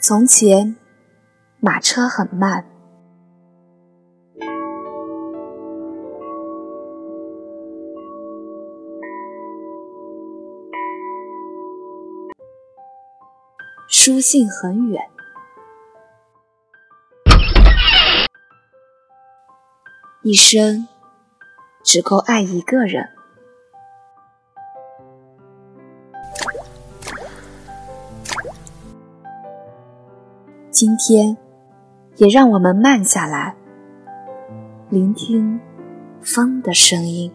从前，马车很慢，书信很远，一生只够爱一个人。今天也让我们慢下来，聆听风的声音。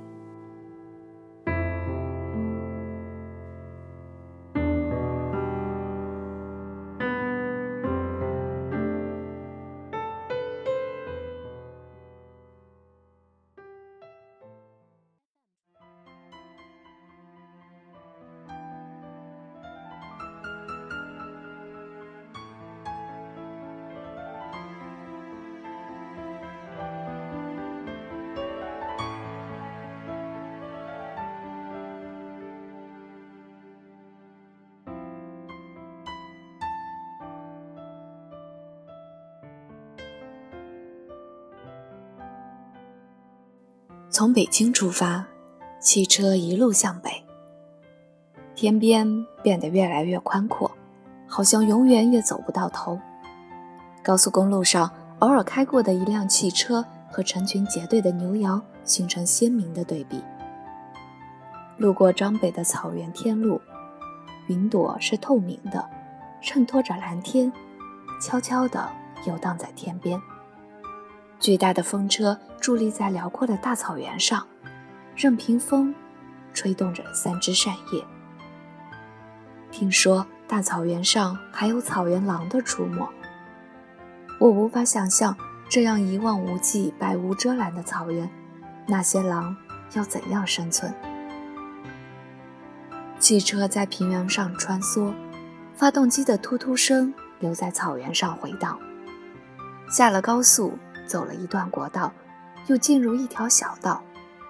从北京出发，汽车一路向北，天边变得越来越宽阔，好像永远也走不到头。高速公路上偶尔开过的一辆汽车和成群结队的牛羊形成鲜明的对比。路过张北的草原天路，云朵是透明的，衬托着蓝天，悄悄地游荡在天边。巨大的风车伫立在辽阔的大草原上，任凭风吹动着3只扇叶。听说大草原上还有草原狼的出没，我无法想象这样一望无际、百无遮拦的草原，那些狼要怎样生存。汽车在平原上穿梭，发动机的突突声留在草原上回荡。下了高速，走了一段国道，又进入一条小道。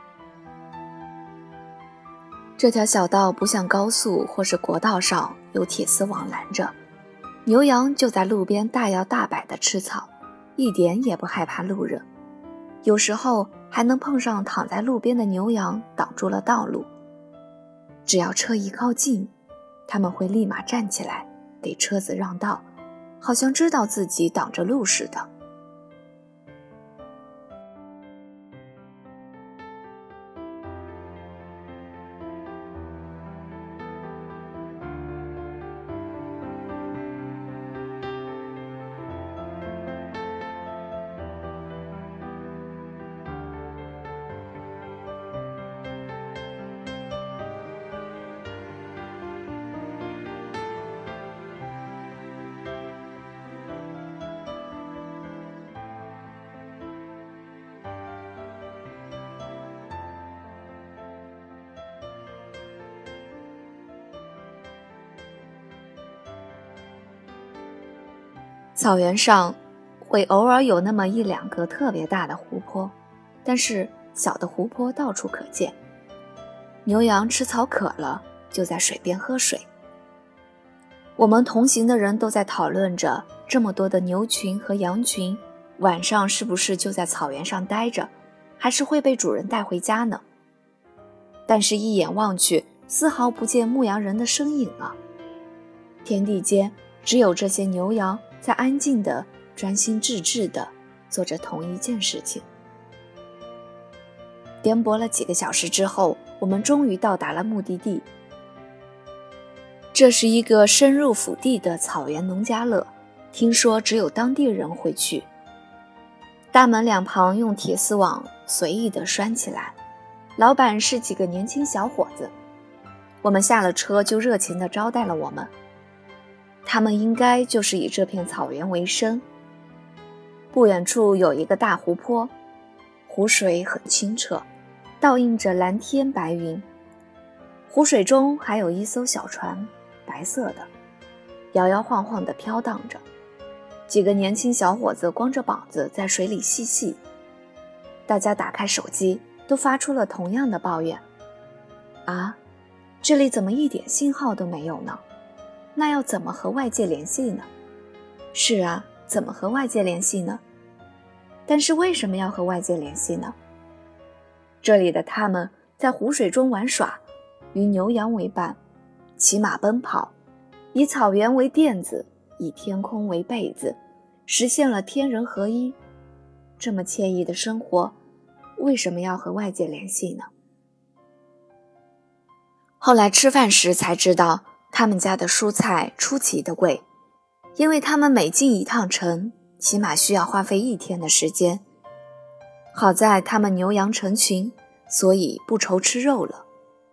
这条小道不像高速或是国道上有铁丝网拦着，牛羊就在路边大摇大摆地吃草，一点也不害怕路人。有时候还能碰上躺在路边的牛羊挡住了道路，只要车一靠近，他们会立马站起来给车子让道，好像知道自己挡着路似的。草原上会偶尔有那么一两个特别大的湖泊，但是小的湖泊到处可见。牛羊吃草渴了，就在水边喝水。我们同行的人都在讨论着，这么多的牛群和羊群，晚上是不是就在草原上待着，还是会被主人带回家呢？但是一眼望去，丝毫不见牧羊人的身影啊！天地间只有这些牛羊在安静的、专心致志的做着同一件事情。颠簸了几个小时之后，我们终于到达了目的地。这是一个深入腹地的草原农家乐，听说只有当地人会去。大门两旁用铁丝网随意地拴起来，老板是几个年轻小伙子。我们下了车就热情地招待了我们。他们应该就是以这片草原为生。不远处有一个大湖泊，湖水很清澈，倒映着蓝天白云。湖水中还有一艘小船，白色的，摇摇晃晃地飘荡着。几个年轻小伙子光着膀子在水里嬉戏。大家打开手机，都发出了同样的抱怨：啊，这里怎么一点信号都没有呢？那要怎么和外界联系呢？ 是啊，怎么和外界联系呢？但是为什么要和外界联系呢？这里的他们在湖水中玩耍，与牛羊为伴，骑马奔跑，以草原为垫子，以天空为被子，实现了天人合一。这么惬意的生活，为什么要和外界联系呢？后来吃饭时才知道，他们家的蔬菜出奇的贵，因为他们每进一趟城，起码需要花费1天的时间。好在他们牛羊成群，所以不愁吃肉了。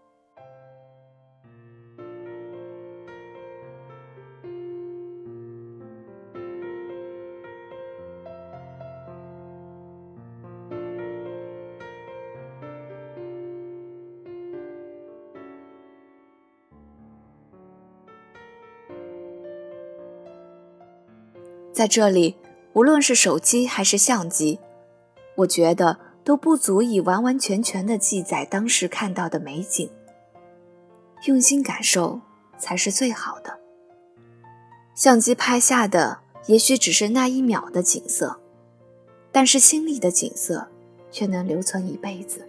在这里，无论是手机还是相机，我觉得都不足以完完全全地记载当时看到的美景。用心感受才是最好的。相机拍下的也许只是那1秒的景色，但是心里的景色却能留存一辈子。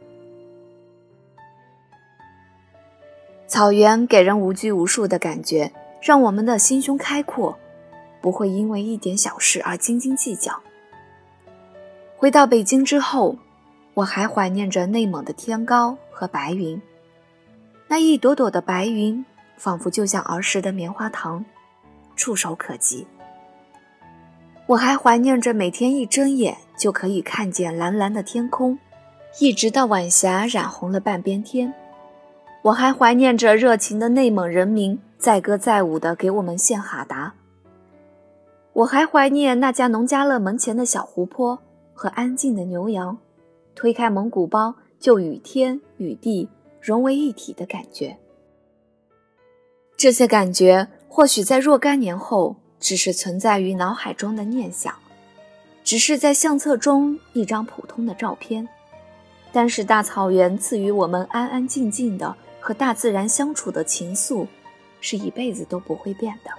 草原给人无拘无束的感觉，让我们的心胸开阔，不会因为一点小事而斤斤计较。回到北京之后，我还怀念着内蒙的天高和白云。那一朵朵的白云，仿佛就像儿时的棉花糖，触手可及。我还怀念着每天一睁眼就可以看见蓝蓝的天空，一直到晚霞染红了半边天。我还怀念着热情的内蒙人民载歌载舞地给我们献哈达。我还怀念那家农家乐门前的小湖泊和安静的牛羊，推开蒙古包就与天与地融为一体的感觉。这些感觉或许在若干年后只是存在于脑海中的念想，只是在相册中一张普通的照片，但是大草原赐予我们安安静静的和大自然相处的情愫，是一辈子都不会变的。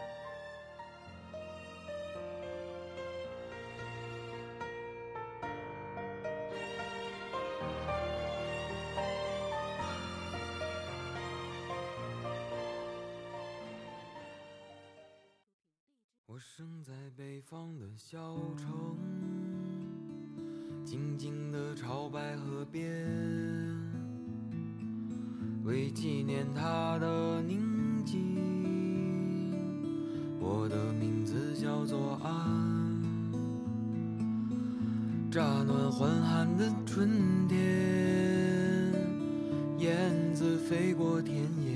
我生在北方的小城，静静地朝白河边，为纪念它的宁静，我的名字叫做安。乍暖还寒的春天，燕子飞过田野，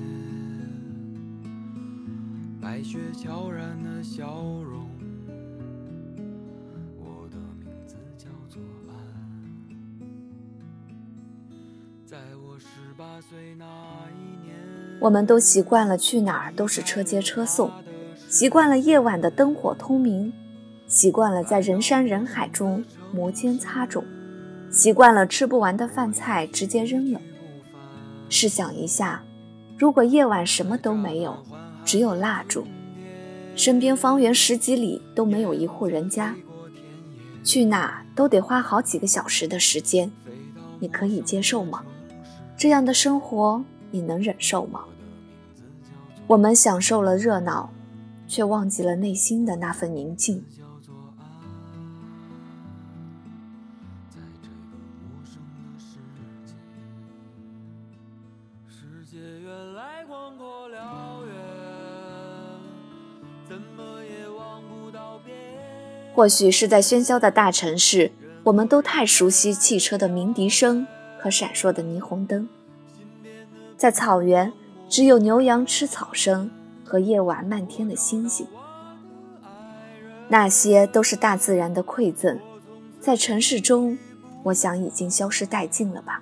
白雪悄然的笑容，我的名字叫做安。在我18岁那一年， 我们都习惯了去哪儿都是车接车送，习惯了夜晚的灯火通明，习惯了在人山人海中摩肩擦踵，习惯了吃不完的饭菜直接扔了。试想一下，如果夜晚什么都没有，只有蜡烛，身边方圆10几里都没有一户人家，去哪都得花好几个小时的时间，你可以接受吗？这样的生活你能忍受吗？我们享受了热闹，却忘记了内心的那份宁静。 世界原来广阔辽远，怎么也望不到边。 或许是在喧嚣的大城市，我们都太熟悉汽车的鸣笛声和闪烁的霓虹灯。在草原，只有牛羊吃草声和夜晚漫天的星星。那些都是大自然的馈赠，在城市中，我想已经消失殆尽了吧。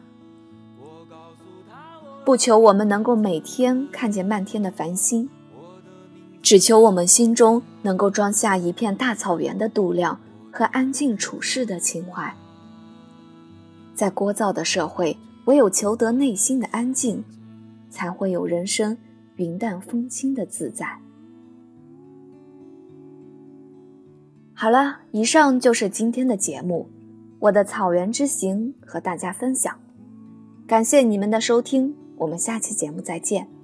不求我们能够每天看见漫天的繁星，只求我们心中能够装下一片大草原的度量和安静处世的情怀。在聒噪的社会，唯有求得内心的安静，才会有人生云淡风轻的自在。 好了，以上就是今天的节目，我的草原之行和大家分享。感谢你们的收听，我们下期节目再见。